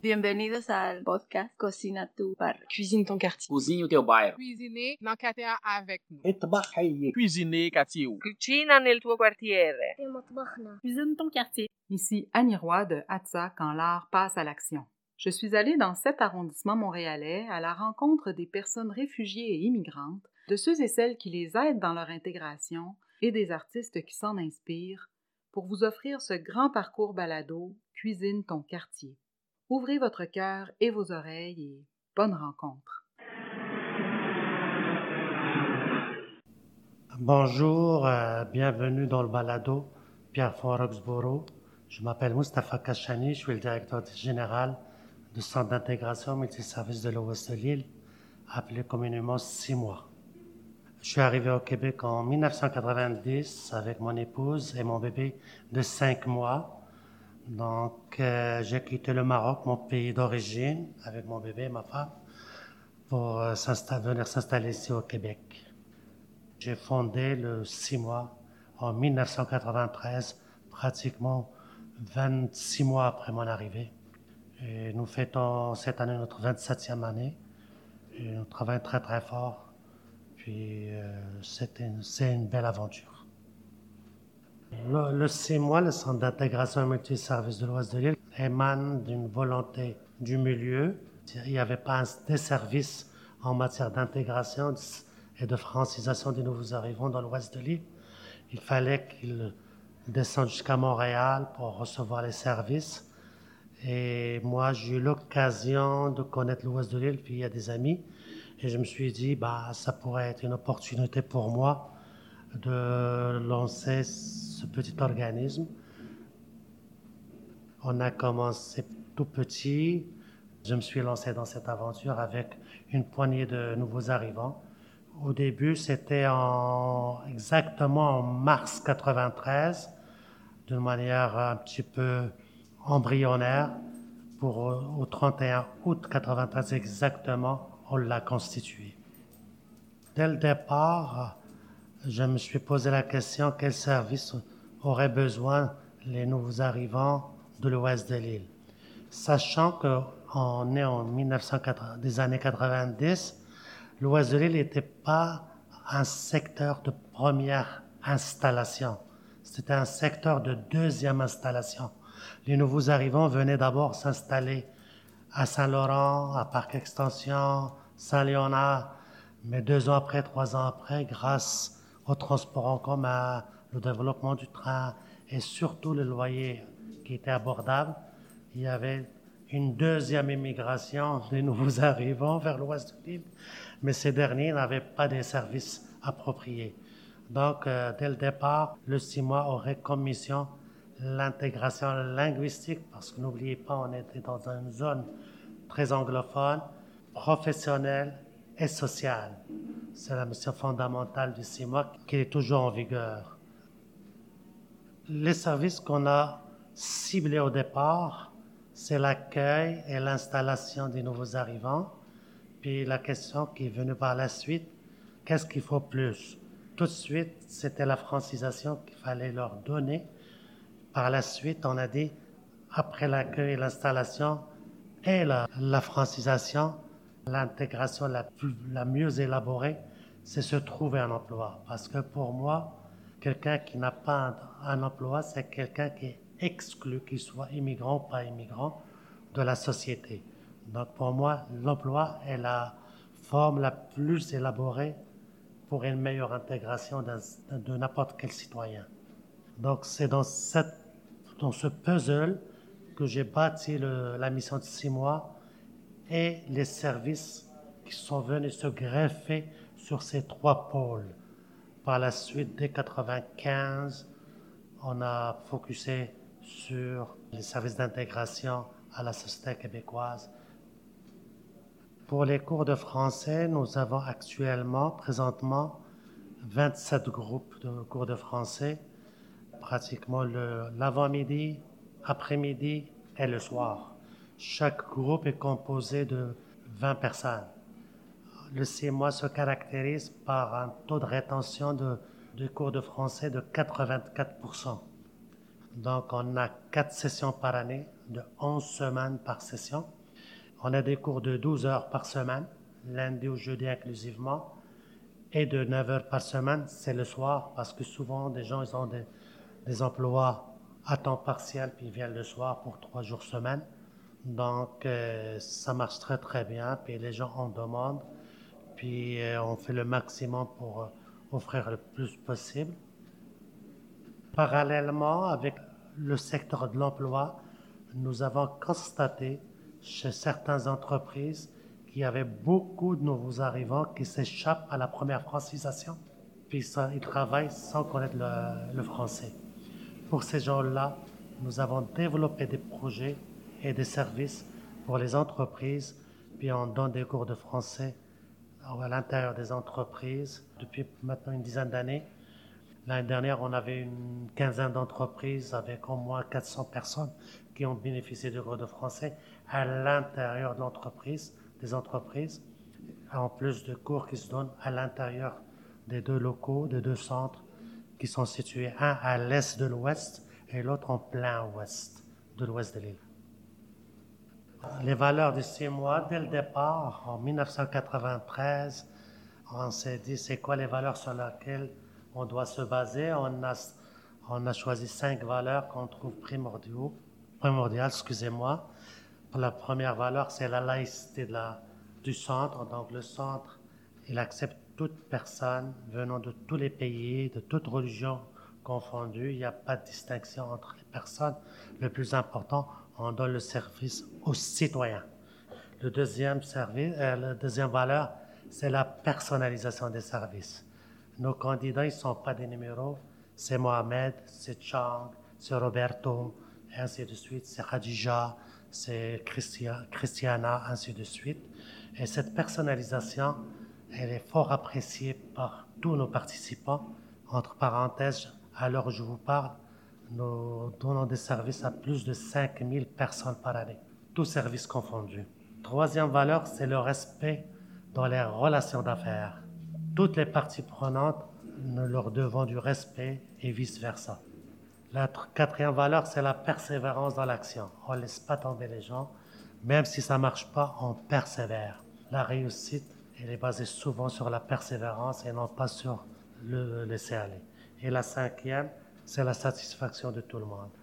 Bienvenidos al podcast Cocina tu Barrio. Cuisine ton quartier. Cozinhe o teu bairro. Cuisiner dans quartier avec nous. Cuisiner quartier. Cucina nel tuo quartiere. Cuisine ton quartier. Ici Annie Roy de Hatsa quand l'art passe à l'action. Je suis allée dans 7 arrondissements montréalais à la rencontre des personnes réfugiées et immigrantes, de ceux et celles qui les aident dans leur intégration et des artistes qui s'en inspirent pour vous offrir ce grand parcours balado Cuisine ton quartier. Ouvrez votre cœur et vos oreilles et bonne rencontre. Bonjour, bienvenue dans le balado Pierrefonds Roxborough. Je m'appelle Moustapha Kachani, je suis le directeur général du Centre d'intégration multiservice de l'Ouest de l'île, appelé communément 6 mois. Je suis arrivé au Québec en 1990 avec mon épouse et mon bébé de 5 mois. Donc, j'ai quitté le Maroc, mon pays d'origine, avec mon bébé et ma femme, pour venir s'installer ici au Québec. J'ai fondé le 6 mois en 1993, pratiquement 26 mois après mon arrivée. Et nous fêtons cette année notre 27e année. Et nous travaillons très très fort. Puis c'est une belle aventure. Le 6 mois, le Centre d'intégration multiservice de l'Ouest de l'île, émane d'une volonté du milieu. Il n'y avait pas des services en matière d'intégration et de francisation des nouveaux arrivants dans l'Ouest de l'île. Il fallait qu'ils descendent jusqu'à Montréal pour recevoir les services. Et moi, j'ai eu l'occasion de connaître l'Ouest de l'île via des amis. Et je me suis dit, ça pourrait être une opportunité pour moi de lancer ce petit organisme. On a commencé tout petit. Je me suis lancé dans cette aventure avec une poignée de nouveaux arrivants. Au début, c'était exactement en mars 93, d'une manière un petit peu embryonnaire. Au 31 août 93 exactement, on l'a constitué. Dès le départ, je me suis posé la question quels services auraient besoin les nouveaux arrivants de l'Ouest de l'île. Sachant qu'on est en des années 90, l'Ouest de l'île n'était pas un secteur de première installation. C'était un secteur de deuxième installation. Les nouveaux arrivants venaient d'abord s'installer à Saint-Laurent, à Parc Extension, Saint-Léonard, mais 2 ans après, 3 ans après, grâce au transport en commun, le développement du train et surtout le loyer qui était abordable, il y avait une deuxième immigration des nouveaux arrivants vers l'Ouest de l'île, mais ces derniers n'avaient pas des services appropriés. Donc, dès le départ, le 6 mois aurait comme mission l'intégration linguistique, parce que n'oubliez pas, on était dans une zone très anglophone, professionnelle et sociale. C'est la mission fondamentale du 6 mois qui est toujours en vigueur. Les services qu'on a ciblés au départ, c'est l'accueil et l'installation des nouveaux arrivants. Puis la question qui est venue par la suite, qu'est-ce qu'il faut plus? Tout de suite, c'était la francisation qu'il fallait leur donner. Par la suite, on a dit, après l'accueil et l'installation et la francisation, l'intégration la mieux élaborée, c'est se trouver un emploi. Parce que pour moi, quelqu'un qui n'a pas un emploi, c'est quelqu'un qui est exclu, qu'il soit immigrant ou pas immigrant, de la société. Donc pour moi, l'emploi est la forme la plus élaborée pour une meilleure intégration de n'importe quel citoyen. Donc c'est dans ce puzzle que j'ai bâti la mission de 6 mois et les services qui sont venus se greffer sur ces 3 pôles. Par la suite, dès 1995, on a focusé sur les services d'intégration à la société québécoise. Pour les cours de français, nous avons présentement, 27 groupes de cours de français, pratiquement l'avant-midi, après-midi et le soir. Chaque groupe est composé de 20 personnes. Le 6 mois se caractérise par un taux de rétention de cours de français de 84%. Donc, on a 4 sessions par année de 11 semaines par session. On a des cours de 12 heures par semaine, lundi au jeudi inclusivement, et de 9 heures par semaine, c'est le soir, parce que souvent, des gens ils ont des emplois à temps partiel, puis ils viennent le soir pour 3 jours semaine. Donc, ça marche très, très bien, puis les gens en demandent, puis on fait le maximum pour offrir le plus possible. Parallèlement, avec le secteur de l'emploi, nous avons constaté chez certaines entreprises qu'il y avait beaucoup de nouveaux arrivants qui s'échappent à la première francisation, puis ça, ils travaillent sans connaître le français. Pour ces gens-là, nous avons développé des projets et des services pour les entreprises, puis on donne des cours de français à l'intérieur des entreprises depuis maintenant une dizaine d'années. L'année dernière, on avait une quinzaine d'entreprises avec au moins 400 personnes qui ont bénéficié de cours de français à l'intérieur de l'entreprise, des entreprises, en plus de cours qui se donnent à l'intérieur des 2 locaux, des 2 centres qui sont situés, un à l'est de l'ouest et l'autre en plein ouest de l'ouest de l'île. Les valeurs de 6 mois, dès le départ, en 1993, on s'est dit c'est quoi les valeurs sur lesquelles on doit se baser. On a choisi 5 valeurs qu'on trouve primordiales. La première valeur, c'est la laïcité du centre. Donc le centre, il accepte toute personne venant de tous les pays, de toute religion confondue. Il n'y a pas de distinction entre les personnes. Le plus important, on donne le service aux citoyens. La deuxième valeur, c'est la personnalisation des services. Nos candidats, ils ne sont pas des numéros. C'est Mohamed, c'est Chang, c'est Roberto, et ainsi de suite. C'est Khadija, c'est Christiana, ainsi de suite. Et cette personnalisation, elle est fort appréciée par tous nos participants. Entre parenthèses, à l'heure où je vous parle, nous donnons des services à plus de 5000 personnes par année, tous services confondus. Troisième valeur, c'est le respect dans les relations d'affaires. Toutes les parties prenantes, nous leur devons du respect et vice-versa. La quatrième valeur, c'est la persévérance dans l'action. On ne laisse pas tomber les gens. Même si ça ne marche pas, on persévère. La réussite, elle est basée souvent sur la persévérance et non pas sur le laisser aller. Et la cinquième, c'est la satisfaction de tout le monde.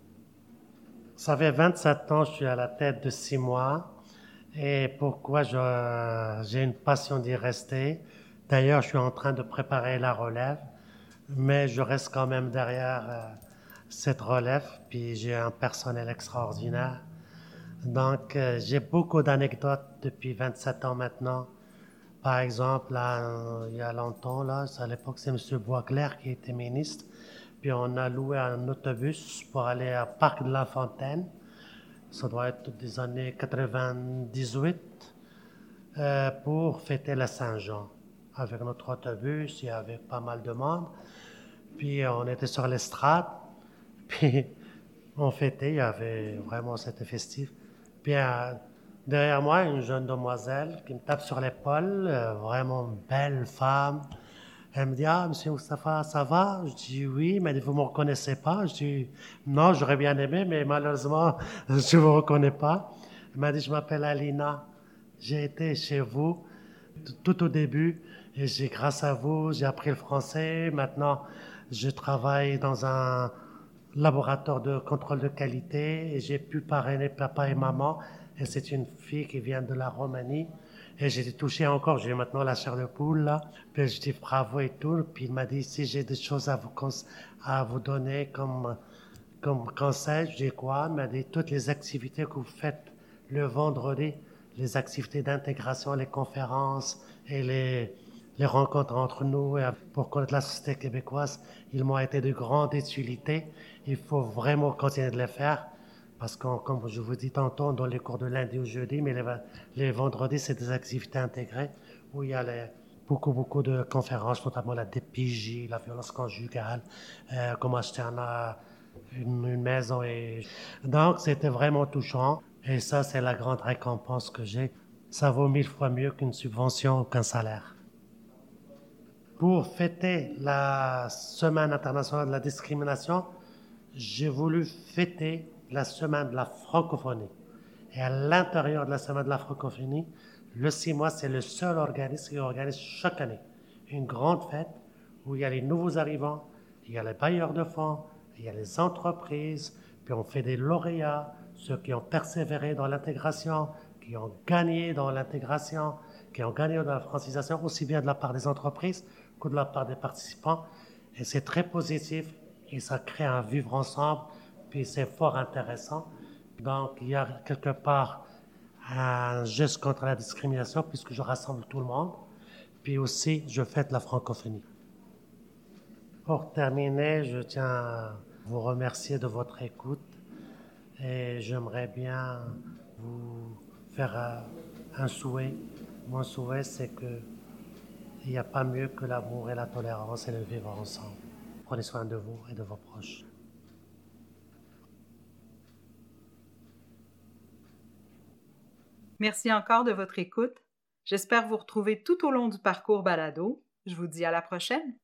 Ça fait 27 ans que je suis à la tête de 6 mois. Et pourquoi j'ai une passion d'y rester. D'ailleurs, je suis en train de préparer la relève, mais je reste quand même derrière cette relève, puis j'ai un personnel extraordinaire. Donc, j'ai beaucoup d'anecdotes depuis 27 ans maintenant. Par exemple, là, il y a longtemps, là, à l'époque, c'est M. Boisclair qui était ministre, puis on a loué un autobus pour aller au Parc de la Fontaine. Ça doit être des années 98, pour fêter la Saint-Jean. Avec notre autobus, il y avait pas mal de monde. Puis on était sur l'estrade, puis on fêtait, il y avait vraiment, c'était festif. Puis derrière moi, une jeune demoiselle qui me tape sur l'épaule, vraiment une belle femme. Elle me dit « Ah, monsieur Moustapha, ça va ?» Je dis « Oui », mais vous ne me reconnaissez pas. Je dis « Non, j'aurais bien aimé, mais malheureusement, je ne vous reconnais pas. » Elle m'a dit « Je m'appelle Alina, j'ai été chez vous tout au début, et grâce à vous, j'ai appris le français. Maintenant, je travaille dans un laboratoire de contrôle de qualité, et j'ai pu parrainer papa et maman. Et c'est une fille qui vient de la Roumanie. Et j'ai été touché encore, j'ai maintenant la chair de poule, là. Puis je dis bravo et tout. Puis il m'a dit, si j'ai des choses à vous donner comme conseil, je dis quoi? Il m'a dit, toutes les activités que vous faites le vendredi, les activités d'intégration, les conférences et les rencontres entre nous et pour connaître la société québécoise, ils m'ont été de grande utilité. Il faut vraiment continuer de les faire. Parce que, comme je vous dis tantôt, on donne les cours de lundi au jeudi, mais les vendredis, c'est des activités intégrées où il y a beaucoup de conférences, notamment la DPJ, la violence conjugale, comment acheter une maison. Donc, c'était vraiment touchant. Et ça, c'est la grande récompense que j'ai. Ça vaut 1000 fois mieux qu'une subvention ou qu'un salaire. Pour fêter la Semaine internationale de la discrimination, j'ai voulu fêter la semaine de la francophonie. Et à l'intérieur de la semaine de la francophonie, le 6 mois, c'est le seul organisme qui organise chaque année une grande fête où il y a les nouveaux arrivants, il y a les bailleurs de fonds, il y a les entreprises, puis on fait des lauréats, ceux qui ont persévéré dans l'intégration, qui ont gagné dans l'intégration, qui ont gagné dans la francisation, aussi bien de la part des entreprises que de la part des participants. Et c'est très positif et ça crée un vivre ensemble, puis c'est fort intéressant. Donc, il y a quelque part un geste contre la discrimination puisque je rassemble tout le monde. Puis aussi, je fête la francophonie. Pour terminer, je tiens à vous remercier de votre écoute et j'aimerais bien vous faire un souhait. Mon souhait, c'est qu'il n'y a pas mieux que l'amour et la tolérance et le vivre ensemble. Prenez soin de vous et de vos proches. Merci encore de votre écoute. J'espère vous retrouver tout au long du parcours balado. Je vous dis à la prochaine.